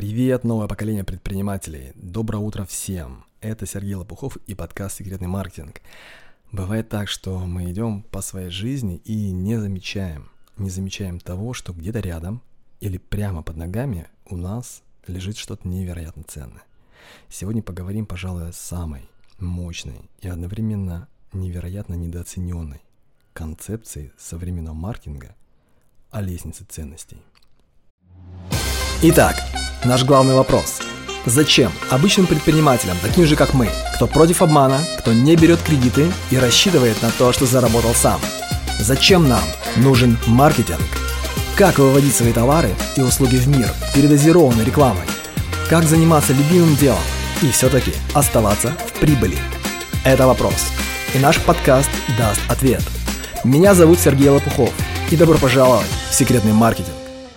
Привет, новое поколение предпринимателей. Доброе утро всем. Это Сергей Лопухов и подкаст «Секретный маркетинг». Бывает так, что мы идем по своей жизни и не замечаем того, что где-то рядом или прямо под ногами у нас лежит что-то невероятно ценное. Сегодня поговорим, пожалуй, о самой мощной и одновременно невероятно недооцененной концепции современного маркетинга о лестнице ценностей. Итак, наш главный вопрос. Зачем обычным предпринимателям, таким же как мы, кто против обмана, кто не берет кредиты и рассчитывает на то, что заработал сам? Зачем нам нужен маркетинг? Как выводить свои товары и услуги в мир передозированной рекламой? Как заниматься любимым делом и все-таки оставаться в прибыли? Это вопрос. И наш подкаст даст ответ. Меня зовут Сергей Лопухов. И добро пожаловать в секретный маркетинг.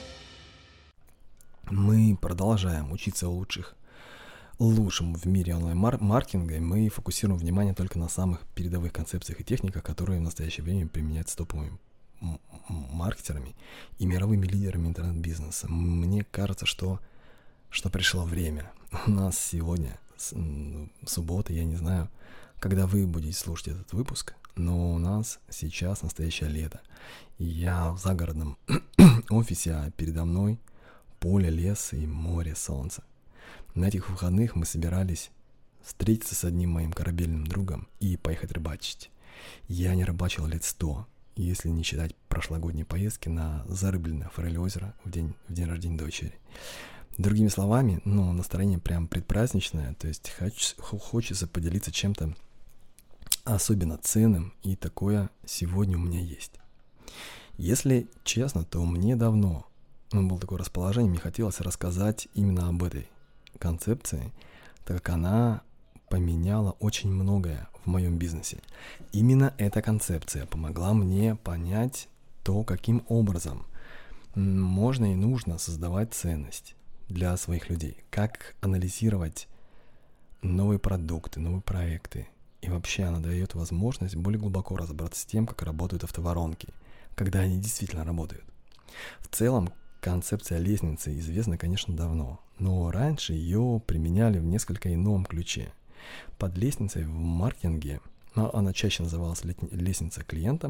Мы продолжаем учиться лучшему в мире онлайн-маркетинга, и мы фокусируем внимание только на самых передовых концепциях и техниках, которые в настоящее время применяются топовыми маркетерами и мировыми лидерами интернет-бизнеса. Мне кажется, что пришло время. У нас сегодня суббота, я не знаю, когда вы будете слушать этот выпуск, но у нас сейчас настоящее лето. И я в загородном офисе, а передо мной поле, лес и море, солнце. На этих выходных мы собирались встретиться с одним моим корабельным другом и поехать рыбачить. Я не рыбачил лет 100, если не считать прошлогодней поездки на зарыбленное форель озеро в день рождения дочери. Другими словами, настроение прям предпраздничное, то есть хочется поделиться чем-то особенно ценным, и такое сегодня у меня есть. Если честно, то мне давно было такое расположение, мне хотелось рассказать именно об этой концепции, так как она поменяла очень многое в моем бизнесе. Именно эта концепция помогла мне понять то, каким образом можно и нужно создавать ценность для своих людей, как анализировать новые продукты, новые проекты. И вообще она дает возможность более глубоко разобраться с тем, как работают автоворонки, когда они действительно работают. В целом, концепция лестницы известна, конечно, давно, но раньше ее применяли в несколько ином ключе. Под лестницей в маркетинге, она чаще называлась лестница клиента,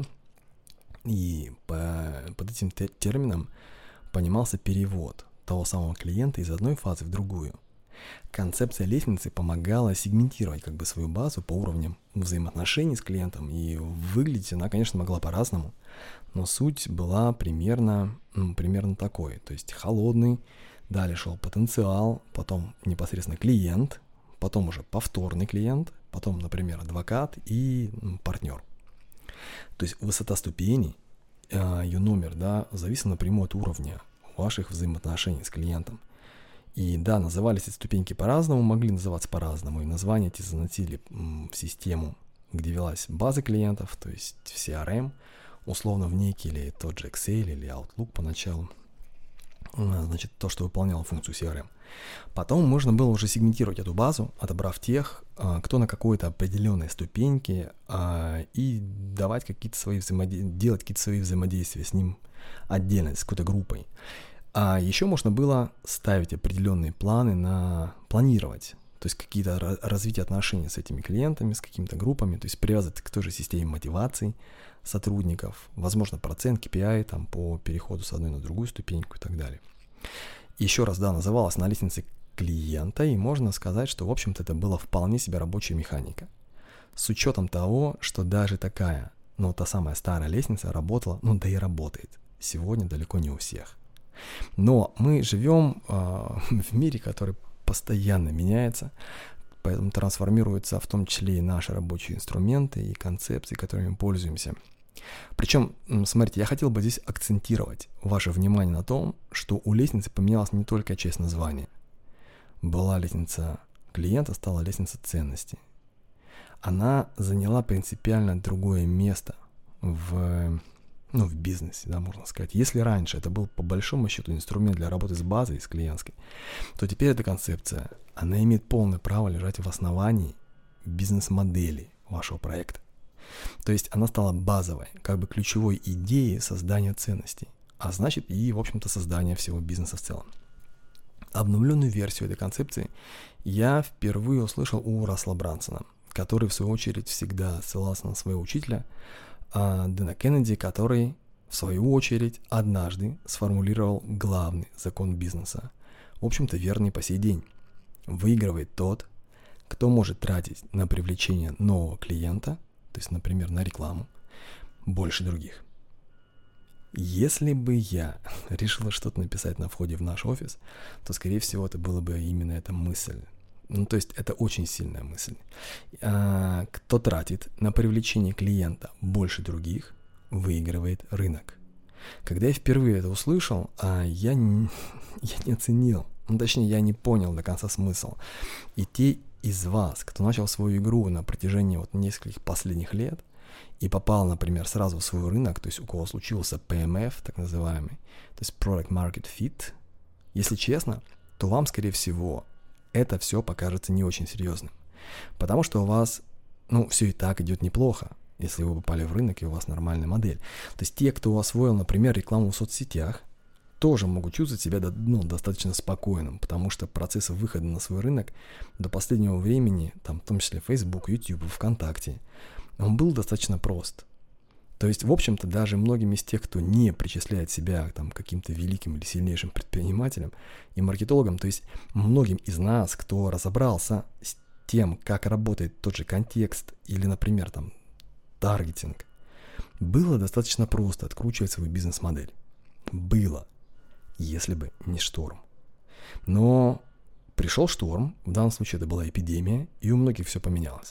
и под этим термином понимался перевод того самого клиента из одной фазы в другую. Концепция лестницы помогала сегментировать свою базу по уровням взаимоотношений с клиентом, и выглядеть она, конечно, могла по-разному, но суть была примерно такой. То есть холодный, далее шел потенциал, потом непосредственно клиент, потом уже повторный клиент, потом, например, адвокат и партнер. То есть высота ступеней, ее номер, зависит напрямую от уровня ваших взаимоотношений с клиентом. И да, назывались эти ступеньки по-разному, могли называться по-разному, и названия эти заносили в систему, где велась база клиентов, то есть в CRM, условно в некий или тот же Excel или Outlook поначалу, значит, то, что выполняло функцию CRM. Потом можно было уже сегментировать эту базу, отобрав тех, кто на какой-то определенной ступеньке, и давать делать какие-то свои взаимодействия с ним отдельно, с какой-то группой. А еще можно было ставить определенные планы планировать, то есть какие-то развитие отношений с этими клиентами, с какими-то группами, то есть привязывать к той же системе мотиваций сотрудников, возможно, процент KPI по переходу с одной на другую ступеньку и так далее. Еще раз, называлась на лестнице клиента, и можно сказать, что, в общем-то, это была вполне себе рабочая механика. С учетом того, что даже такая, та самая старая лестница работала, да и работает сегодня далеко не у всех. Но мы живем в мире, который постоянно меняется, поэтому трансформируются в том числе и наши рабочие инструменты и концепции, которыми мы пользуемся. Причем, смотрите, я хотел бы здесь акцентировать ваше внимание на том, что у лестницы поменялась не только часть названия. Была лестница клиента, стала лестница ценностей. Она заняла принципиально другое место в бизнесе, можно сказать. Если раньше это был по большому счету инструмент для работы с базой, с клиентской, то теперь эта концепция, она имеет полное право лежать в основании бизнес-модели вашего проекта. То есть она стала базовой, ключевой идеей создания ценностей, а значит и, в общем-то, создания всего бизнеса в целом. Обновленную версию этой концепции я впервые услышал у Рассела Брансона, который в свою очередь всегда ссылался на своего учителя Дэна Кеннеди, который в свою очередь однажды сформулировал главный закон бизнеса, в общем-то верный по сей день. Выигрывает тот, кто может тратить на привлечение нового клиента, то есть, например, на рекламу, больше других. Если бы я решила что-то написать на входе в наш офис, то, скорее всего, это была бы именно эта мысль. То есть, это очень сильная мысль. Кто тратит на привлечение клиента больше других, выигрывает рынок. Когда я впервые это услышал, я не оценил, точнее, я не понял до конца смысл. И те из вас, кто начал свою игру на протяжении нескольких последних лет и попал, например, сразу в свой рынок, то есть у кого случился PMF, так называемый, то есть Product Market Fit, если честно, то вам, скорее всего, это все покажется не очень серьезным. Потому что у вас, все и так идет неплохо, если вы попали в рынок и у вас нормальная модель. То есть те, кто освоил, например, рекламу в соцсетях, тоже могут чувствовать себя достаточно спокойным, потому что процесс выхода на свой рынок до последнего времени, в том числе Facebook, YouTube, ВКонтакте, он был достаточно прост. То есть, в общем-то, даже многим из тех, кто не причисляет себя каким-то великим или сильнейшим предпринимателем и маркетологом, то есть многим из нас, кто разобрался с тем, как работает тот же контекст или, например, таргетинг, было достаточно просто откручивать свою бизнес-модель. Было, если бы не шторм. Но пришел шторм, в данном случае это была эпидемия, и у многих все поменялось.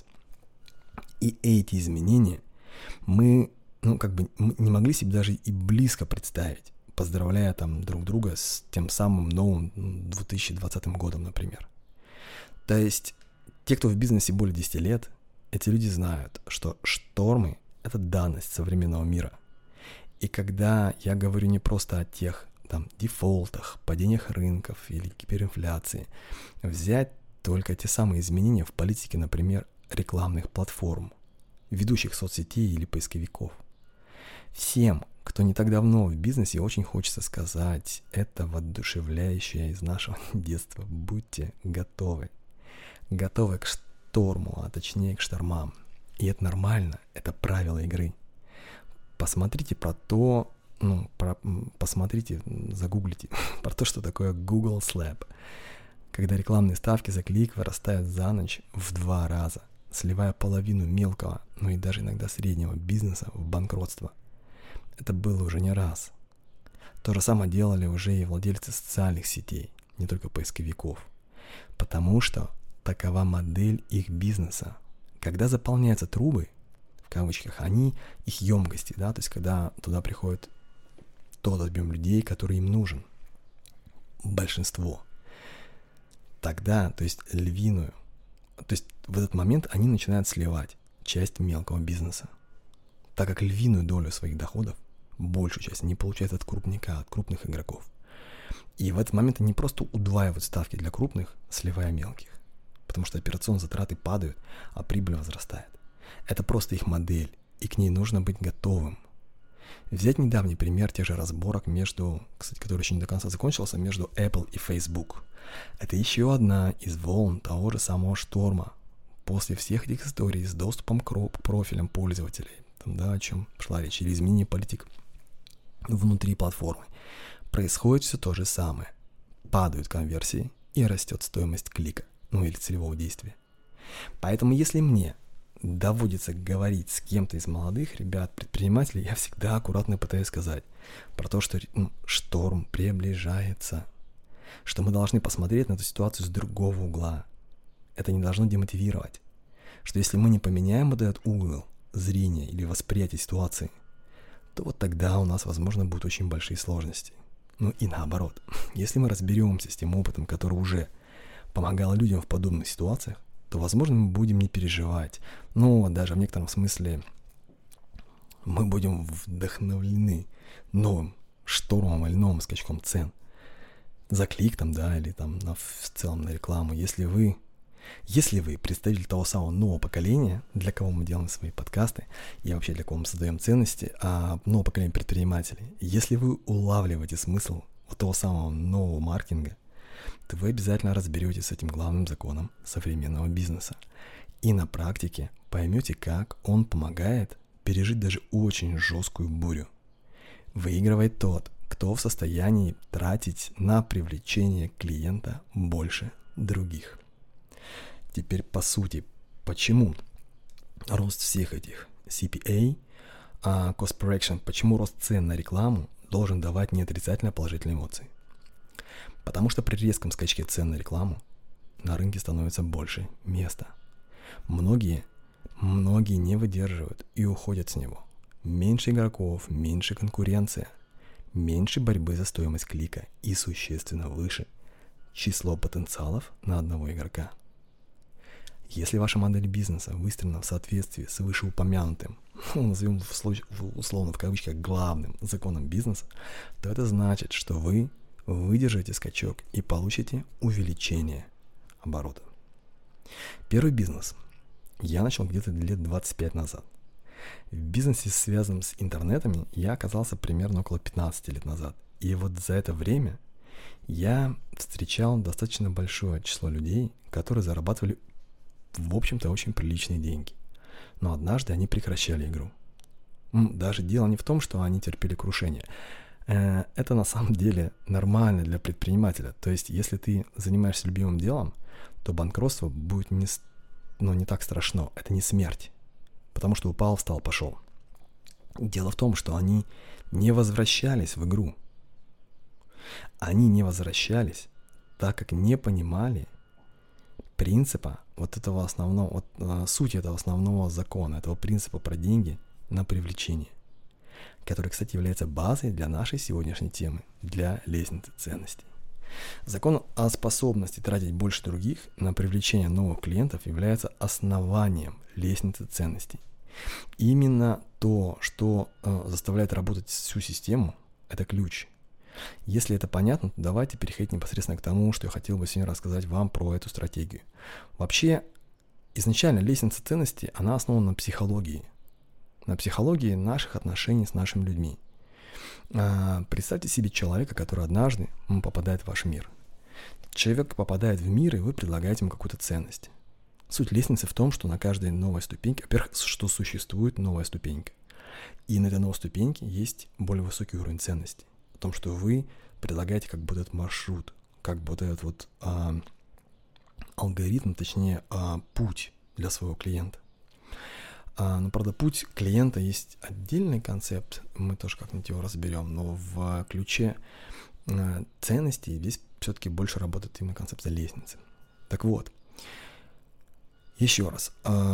И эти изменения мы, не могли себе даже и близко представить, поздравляя друг друга с тем самым новым 2020 годом, например. То есть, те, кто в бизнесе более 10 лет, эти люди знают, что штормы – это данность современного мира. И когда я говорю не просто о тех дефолтах, падениях рынков или гиперинфляции, взять только те самые изменения в политике, например, рекламных платформ, ведущих соцсетей или поисковиков. Всем, кто не так давно в бизнесе, очень хочется сказать это воодушевляющее из нашего детства: будьте готовы. Готовы к шторму, а точнее к штормам. И это нормально, это правила игры. Посмотрите загуглите про то, что такое Google Slap, когда рекламные ставки за клик вырастают за ночь в 2 раза, сливая половину мелкого, и даже иногда среднего бизнеса в банкротство. Это было уже не раз. То же самое делали уже и владельцы социальных сетей, не только поисковиков. Потому что такова модель их бизнеса. Когда заполняются трубы, в кавычках, их емкости, то есть когда туда приходит тот объем людей, который им нужен, большинство, тогда, то есть львиную, то есть в этот момент они начинают сливать часть мелкого бизнеса, так как львиную долю своих доходов, большую часть, они получают от крупника, от крупных игроков. И в этот момент они просто удваивают ставки для крупных, сливая мелких, потому что операционные затраты падают, а прибыль возрастает. Это просто их модель, и к ней нужно быть готовым. Взять недавний пример тех же разборок который еще не до конца закончился, между Apple и Facebook. Это еще одна из волн того же самого шторма. После всех этих историй с доступом к профилям пользователей, о чем шла речь, или изменение политик внутри платформы, происходит все то же самое. Падают конверсии и растет стоимость клика, или целевого действия. Поэтому если мне доводится говорить с кем-то из молодых ребят, предпринимателей, я всегда аккуратно пытаюсь сказать про то, что шторм приближается, что мы должны посмотреть на эту ситуацию с другого угла. Это не должно демотивировать, что если мы не поменяем этот угол зрения или восприятия ситуации, то тогда у нас, возможно, будут очень большие сложности. И наоборот, если мы разберемся с тем опытом, который уже помогал людям в подобных ситуациях, то, возможно, мы будем не переживать. Даже в некотором смысле мы будем вдохновлены новым штормом или новым скачком цен за клик или в целом на рекламу. Если вы представитель того самого нового поколения, для кого мы делаем свои подкасты и вообще для кого мы создаем ценности, нового поколения предпринимателей, если вы улавливаете смысл того самого нового маркетинга, то вы обязательно разберетесь с этим главным законом современного бизнеса. И на практике поймете, как он помогает пережить даже очень жесткую бурю. Выигрывает тот, кто в состоянии тратить на привлечение клиента больше других. Теперь по сути, почему рост всех этих CPA, Cost Per Action, почему рост цен на рекламу должен давать не отрицательно положительные эмоции? Потому что при резком скачке цен на рекламу на рынке становится больше места. Многие не выдерживают и уходят с него. Меньше игроков, меньше конкуренция, меньше борьбы за стоимость клика и существенно выше число потенциалов на одного игрока. Если ваша модель бизнеса выстроена в соответствии с вышеупомянутым, назовем условно в кавычках главным законом бизнеса, то это значит, что вы выдержите скачок и получите увеличение оборота. Первый бизнес я начал где-то лет 25 назад. В бизнесе, связанном с интернетами, я оказался примерно около 15 лет назад. И вот за это время я встречал достаточно большое число людей, которые зарабатывали, в общем-то, очень приличные деньги. Но однажды они прекращали игру. Даже дело не в том, что они терпели крушение. Это на самом деле нормально для предпринимателя. То есть, если ты занимаешься любимым делом, то банкротство будет не так страшно. Это не смерть. Потому что упал, встал, пошел. Дело в том, что они не возвращались в игру. Они не возвращались, так как не понимали принципа вот этого основного, сути этого основного закона, этого принципа про деньги на привлечение, который, кстати, является базой для нашей сегодняшней темы, для лестницы ценностей. Закон о способности тратить больше других на привлечение новых клиентов является основанием лестницы ценностей. Именно то, что заставляет работать всю систему, это ключ. Если это понятно, то давайте переходить непосредственно к тому, что я хотел бы сегодня рассказать вам про эту стратегию. Вообще, изначально лестница ценностей, она основана на психологии наших отношений с нашими людьми. Представьте себе человека, который однажды попадает в ваш мир. Человек попадает в мир, и вы предлагаете ему какую-то ценность. Суть лестницы в том, что на каждой новой ступеньке, во-первых, что существует новая ступенька. И на этой новой ступеньке есть более высокий уровень ценностей. О том, что вы предлагаете как бы этот маршрут, как бы этот вот алгоритм, точнее путь для своего клиента. Но, правда, путь клиента есть отдельный концепт, мы тоже как-нибудь его разберем, но в ключе ценностей здесь все-таки больше работает именно концепция лестницы. Так вот, еще раз,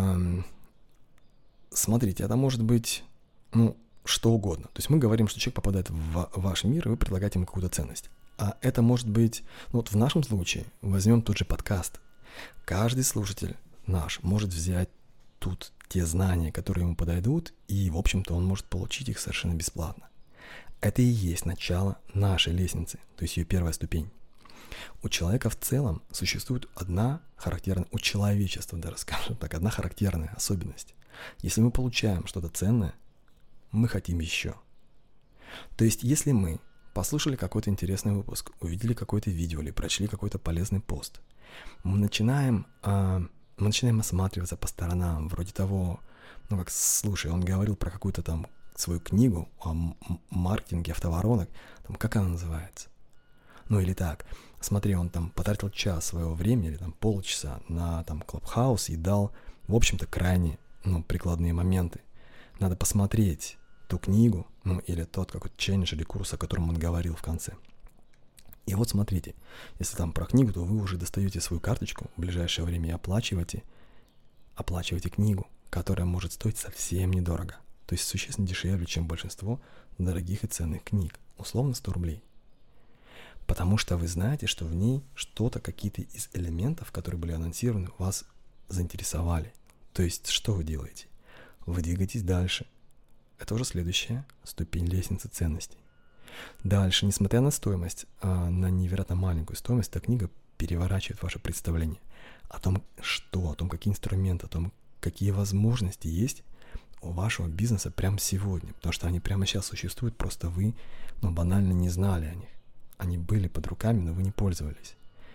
смотрите, это может быть, что угодно. То есть мы говорим, что человек попадает в ваш мир, и вы предлагаете ему какую-то ценность. А это может быть, вот в нашем случае, возьмем тот же подкаст. Каждый слушатель наш может взять тут те знания, которые ему подойдут, и, в общем-то, он может получить их совершенно бесплатно. Это и есть начало нашей лестницы, то есть ее первая ступень. У человека в целом существует одна характерная, у человечества даже, скажем так, одна характерная особенность. Если мы получаем что-то ценное, мы хотим еще. То есть, если мы послушали какой-то интересный выпуск, увидели какое-то видео или прочли какой-то полезный пост, мы начинаем осматриваться по сторонам, вроде того, слушай, он говорил про какую-то там свою книгу о маркетинге автоворонок, там, как она называется? Или так, смотри, он там потратил час своего времени или там полчаса на там Clubhouse и дал, в общем-то, крайне, прикладные моменты. Надо посмотреть ту книгу, или тот какой-то челлендж или курс, о котором он говорил в конце. И вот смотрите, если там про книгу, то вы уже достаете свою карточку в ближайшее время и оплачиваете книгу, которая может стоить совсем недорого. То есть существенно дешевле, чем большинство дорогих и ценных книг. Условно 100 рублей. Потому что вы знаете, что в ней что-то, какие-то из элементов, которые были анонсированы, вас заинтересовали. То есть что вы делаете? Вы двигаетесь дальше. Это уже следующая ступень лестницы ценностей. Дальше, несмотря на стоимость, на невероятно маленькую стоимость, эта книга переворачивает ваше представление о том, какие инструменты, о том, какие возможности есть у вашего бизнеса прямо сегодня. Потому что они прямо сейчас существуют, просто вы банально не знали о них. Они были под руками, но вы не пользовались.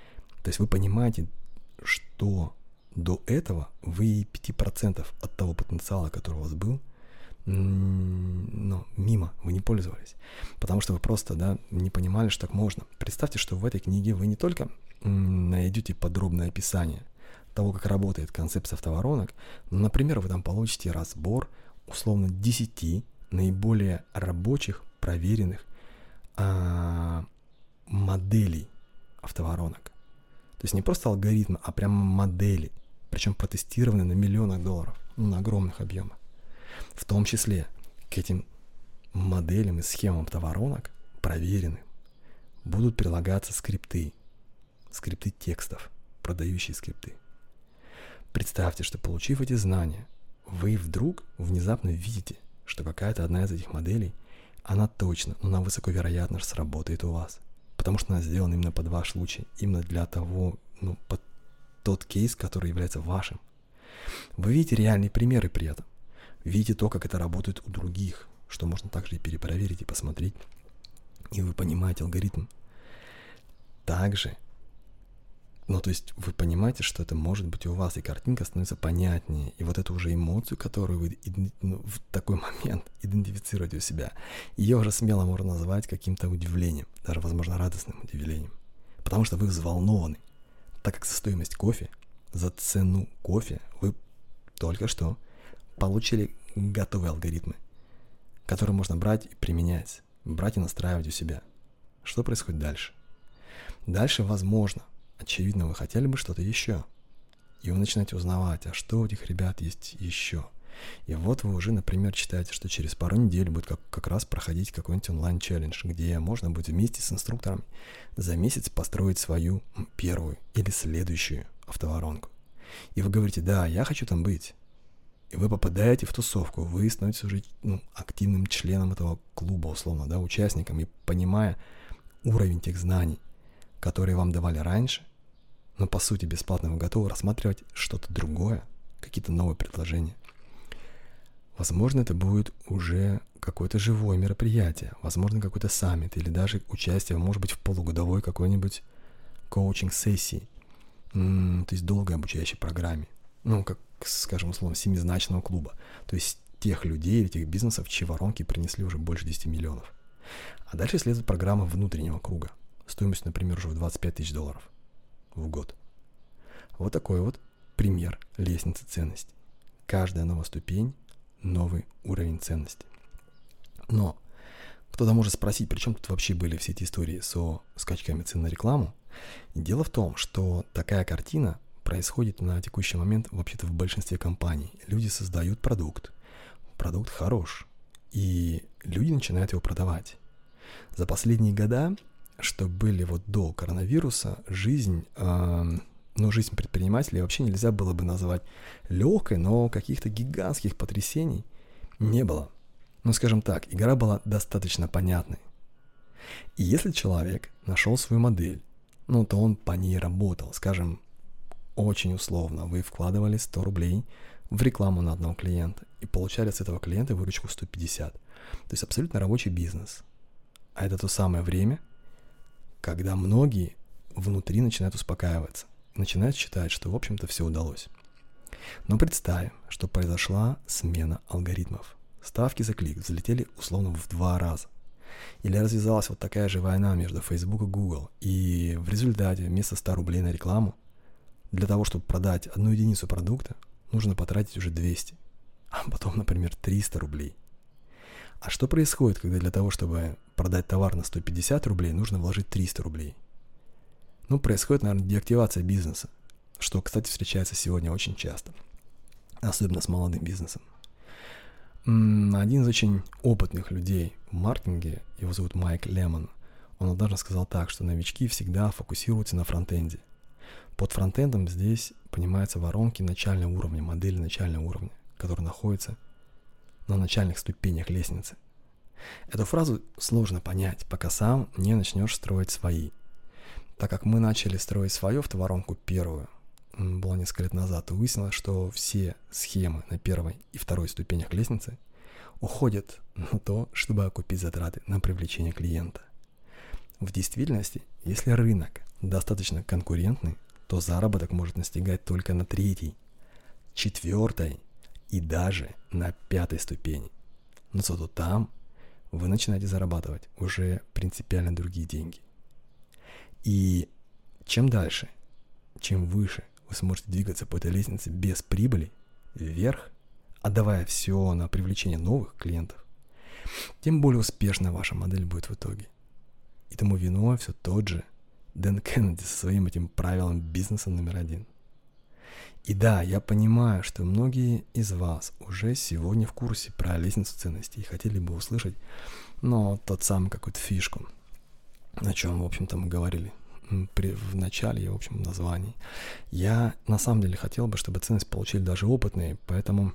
То есть вы понимаете, что до этого вы 5% от того потенциала, который у вас был, мимо, вы не пользовались. Потому что вы просто, не понимали, что так можно. Представьте, что в этой книге вы не только найдете подробное описание того, как работает концепция автоворонок, но, например, вы там получите разбор условно 10 наиболее рабочих, проверенных моделей автоворонок. То есть не просто алгоритмы, а прямо модели, причем протестированы на миллионах долларов, на огромных объемах. В том числе к этим моделям и схемам автоворонок, проверенным, будут прилагаться скрипты текстов, продающие скрипты. Представьте, что, получив эти знания, вы вдруг внезапно видите, что какая-то одна из этих моделей, она точно, на высокую вероятность сработает у вас. Потому что она сделана именно под ваш случай, именно для того, под тот кейс, который является вашим. Вы видите реальные примеры при этом. Видите то, как это работает у других, что можно также и перепроверить, и посмотреть. И вы понимаете алгоритм. Также, то есть вы понимаете, что это может быть у вас, и картинка становится понятнее. И вот эту уже эмоцию, которую вы в такой момент идентифицируете у себя, ее уже смело можно назвать каким-то удивлением, даже, возможно, радостным удивлением. Потому что вы взволнованы, так как за стоимость кофе, за цену кофе вы только что получили готовые алгоритмы, которые можно брать и применять, брать и настраивать у себя. Что происходит дальше? Дальше, возможно, очевидно, вы хотели бы что-то еще. И вы начинаете узнавать, а что у этих ребят есть еще. И вот вы уже, например, читаете, что через пару недель будет как раз проходить какой-нибудь онлайн-челлендж, где можно будет вместе с инструктором за месяц построить свою первую или следующую автоворонку. И вы говорите, да, я хочу там быть. И вы попадаете в тусовку, вы становитесь уже активным членом этого клуба, условно, участником, и понимая уровень тех знаний, которые вам давали раньше, но по сути бесплатно вы готовы рассматривать что-то другое, какие-то новые предложения. Возможно, это будет уже какое-то живое мероприятие, возможно, какой-то саммит, или даже участие, может быть, в полугодовой какой-нибудь коучинг-сессии, то есть долгой обучающей программе, как, скажем, условно, 7-значного клуба, то есть тех людей или тех бизнесов, чьи воронки принесли уже больше 10 миллионов. А дальше следует программа внутреннего круга, стоимостью, например, уже в $25 000 в год. Вот такой вот пример лестницы ценностей. Каждая новая ступень – новый уровень ценностей. Но кто-то может спросить, при чем тут вообще были все эти истории со скачками цен на рекламу? И дело в том, что такая картина происходит на текущий момент вообще-то в большинстве компаний. Люди создают продукт хорош, и люди начинают его продавать. За последние года, что были до коронавируса, жизнь предпринимателей вообще нельзя было бы назвать легкой, но каких-то гигантских потрясений не было. Скажем так, игра была достаточно понятной. И если человек нашел свою модель, то он по ней работал. Скажем, очень условно, вы вкладывали 100 рублей в рекламу на одного клиента и получали с этого клиента выручку в 150. То есть абсолютно рабочий бизнес. А это то самое время, когда многие внутри начинают успокаиваться, начинают считать, что, в общем-то, все удалось. Но представим, что произошла смена алгоритмов. Ставки за клик взлетели условно в 2 раза. Или развязалась вот такая же война между Facebook и Google, и в результате вместо 100 рублей на рекламу для того, чтобы продать 1 единицу продукта, нужно потратить уже 200, а потом, например, 300 рублей. А что происходит, когда для того, чтобы продать товар на 150 рублей, нужно вложить 300 рублей? Происходит, наверное, деактивация бизнеса, что, кстати, встречается сегодня очень часто, особенно с молодым бизнесом. Один из очень опытных людей в маркетинге, его зовут Майк Лемон, он однажды сказал так, что новички всегда фокусируются на фронтенде. Под фронтендом здесь понимаются воронки начального уровня, модели начального уровня, которые находятся на начальных ступенях лестницы. Эту фразу сложно понять, пока сам не начнешь строить свои. Так как мы начали строить свою автоворонку первую, было несколько лет назад, то выяснилось, что все схемы на первой и второй ступенях лестницы уходят на то, чтобы окупить затраты на привлечение клиента. В действительности, если рынок достаточно конкурентны, то заработок может настигать только на 3-й, 4-й и даже на 5-й ступени. Но зато там вы начинаете зарабатывать уже принципиально другие деньги. И чем дальше, чем выше вы сможете двигаться по этой лестнице без прибыли вверх, отдавая все на привлечение новых клиентов, тем более успешна ваша модель будет в итоге. И тому виной все тот же Дэн Кеннеди со своим этим правилом бизнеса номер 1. И да, я понимаю, что многие из вас уже сегодня в курсе про лестницу ценностей и хотели бы услышать, но тот самый какую-то фишку, о чем, в общем-то, мы говорили в начале и, в общем, в названии. Я на самом деле хотел бы, чтобы ценность получили даже опытные, поэтому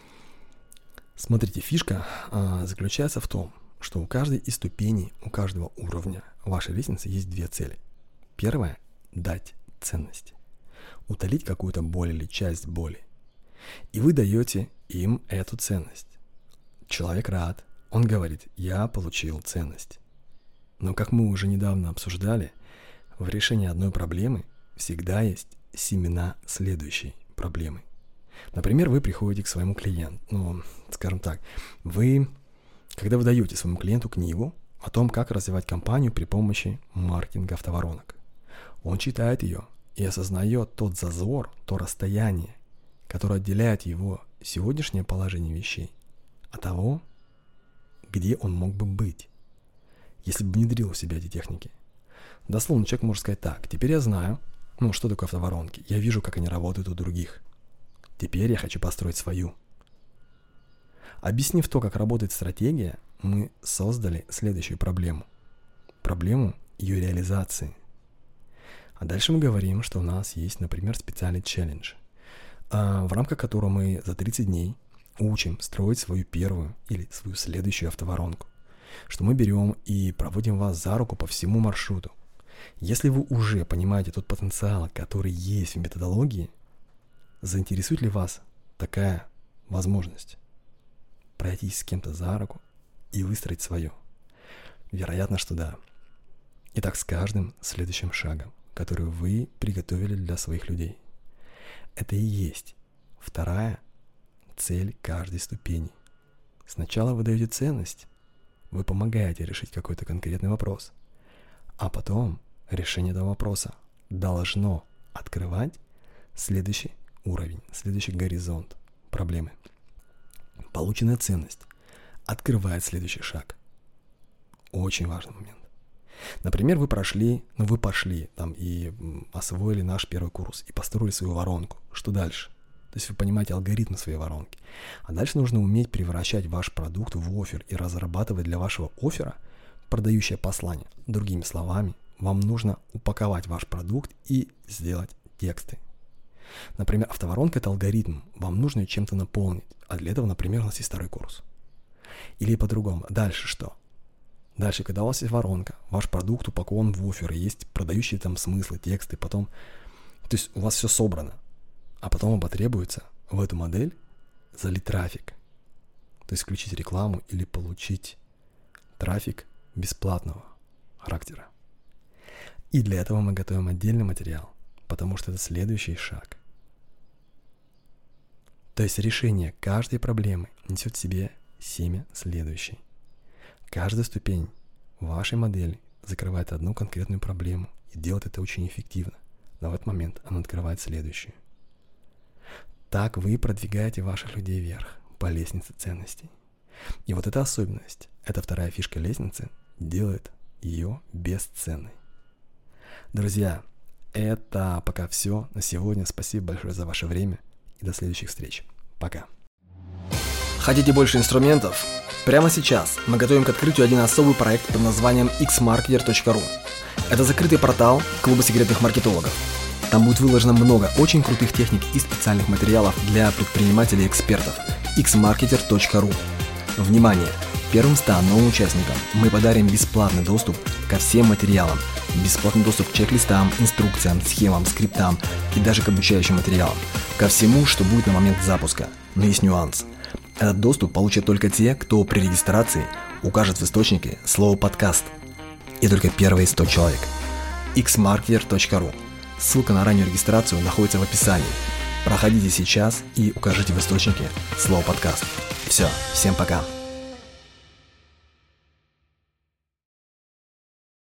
смотрите, фишка заключается в том, что у каждой из ступеней, у каждого уровня вашей лестницы есть 2 цели. Первая – дать ценность, утолить какую-то боль или часть боли. И вы даете им эту ценность. Человек рад, он говорит: я получил ценность. Но как мы уже недавно обсуждали, в решении одной проблемы всегда есть семена следующей проблемы. Например, вы приходите к своему клиенту, скажем так, когда вы даете своему клиенту книгу о том, как развивать компанию при помощи маркетинга автоворонок, он читает ее и осознает тот зазор, то расстояние, которое отделяет его сегодняшнее положение вещей от того, где он мог бы быть, если бы внедрил в себя эти техники. Дословно человек может сказать так: теперь я знаю, что такое автоворонки, я вижу, как они работают у других. Теперь я хочу построить свою. Объяснив то, как работает стратегия, мы создали следующую проблему. Проблему ее реализации. А дальше мы говорим, что у нас есть, например, специальный челлендж, в рамках которого мы за 30 дней учим строить свою первую или свою следующую автоворонку. Что мы берем и проводим вас за руку по всему маршруту. Если вы уже понимаете тот потенциал, который есть в методологии, заинтересует ли вас такая возможность пройтись с кем-то за руку и выстроить свое? Вероятно, что да. Итак, с каждым следующим шагом, который вы приготовили для своих людей. Это и есть вторая цель каждой ступени. Сначала вы даете ценность, вы помогаете решить какой-то конкретный вопрос, а потом решение этого вопроса должно открывать следующий уровень, следующий горизонт проблемы. Полученная ценность открывает следующий шаг. Очень важный момент. Например, вы пошли и освоили наш первый курс и построили свою воронку. Что дальше? То есть вы понимаете алгоритм своей воронки. А дальше нужно уметь превращать ваш продукт в оффер и разрабатывать для вашего оффера продающее послание. Другими словами, вам нужно упаковать ваш продукт и сделать тексты. Например, автоворонка – это алгоритм, вам нужно ее чем-то наполнить, а для этого, например, у нас есть второй курс. Или по-другому. Дальше что? Дальше, когда у вас есть воронка, ваш продукт упакован в офферы, есть продающие там смыслы, тексты, потом, то есть у вас все собрано, а потом вам потребуется в эту модель залить трафик, то есть включить рекламу или получить трафик бесплатного характера. И для этого мы готовим отдельный материал, потому что это следующий шаг. То есть решение каждой проблемы несет в себе семя следующей. Каждая ступень вашей модели закрывает одну конкретную проблему и делает это очень эффективно. Но в этот момент она открывает следующую. Так вы продвигаете ваших людей вверх по лестнице ценностей. И вот эта особенность, эта вторая фишка лестницы, делает ее бесценной. Друзья, это пока все на сегодня. Спасибо большое за ваше время и до следующих встреч. Пока. Хотите больше инструментов? Прямо сейчас мы готовим к открытию один особый проект под названием xmarketer.ru. Это закрытый портал клуба секретных маркетологов. Там будет выложено много очень крутых техник и специальных материалов для предпринимателей и экспертов. xmarketer.ru. Внимание! Первым 100 новым участникам мы подарим бесплатный доступ ко всем материалам, бесплатный доступ к чек-листам, инструкциям, схемам, скриптам и даже к обучающим материалам, ко всему, что будет на момент запуска. Но есть нюанс. Этот доступ получат только те, кто при регистрации укажет в источнике слово «подкаст». И только первые 100 человек. xmarketer.ru. Ссылка на раннюю регистрацию находится в описании. Проходите сейчас и укажите в источнике слово «подкаст». Все, всем пока.